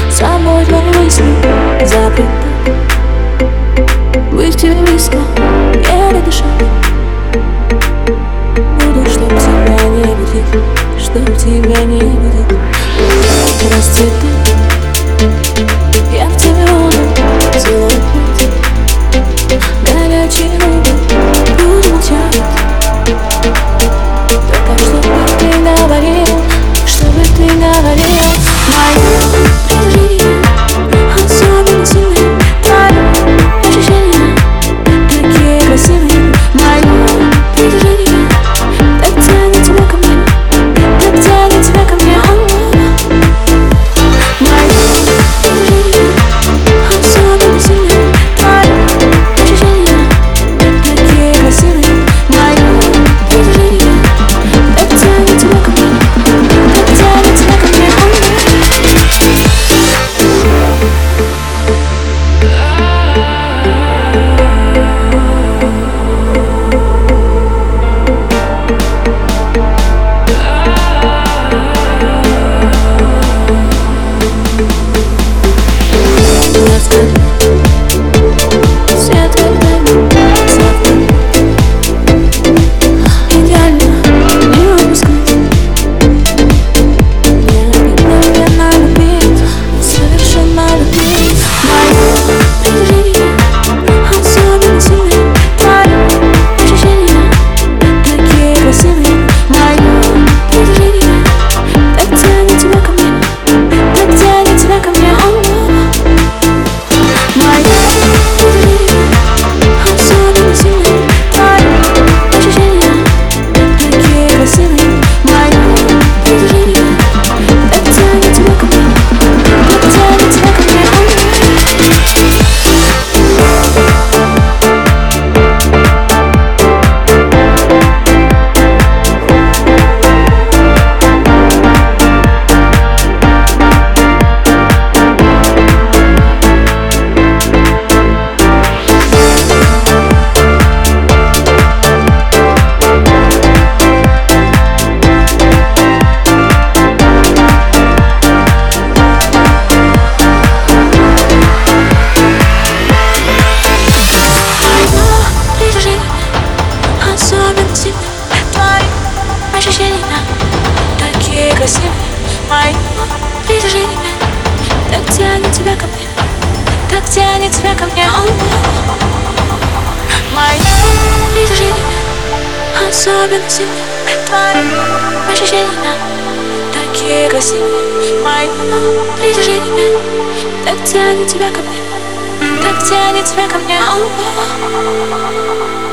С собой твои мысли запрета. Быть к тебе близко, еле дышать. Буду, чтоб тебя не будет, чтоб тебя не будет. Расцветы, я в тебе буду целовать путь. Горячие губы будут молчать. Только чтобы ты говорил, чтобы ты говорил. Мое притяжение особенно сильное. Твои ощущения такие красивые. Мое притяжение так тянет тебя ко мне, так тянет тебя ко мне. Мое притяжение особенно сильное. Твои ощущения такие красивые. Мое притяжение так тянет тебя ко мне, так тянет тебя ко мне. Свет когда завтра идеально не выпускать. Необыкновенно любить, совершенно любить. Мое притяжение особенно сильное. Твои ощущения такие красивые. Мое притяжение так тянет тебя ко мне, так тянет тебя ко мне. Мое притяжение особенно сильное. Твои ощущения такие красивые. Мое притяжение так тянет тебя ко мне, так тянет тебя ко мне. Особенно сильно твои ощущения такие красивые. Мое притяжение так тянет тебя ко мне, так тянет тебя ко мне. Мое притяжение особенно сильно твои ощущения такие красивые. Мое притяжение так тянет тебя ко мне, так тянет тебя ко мне.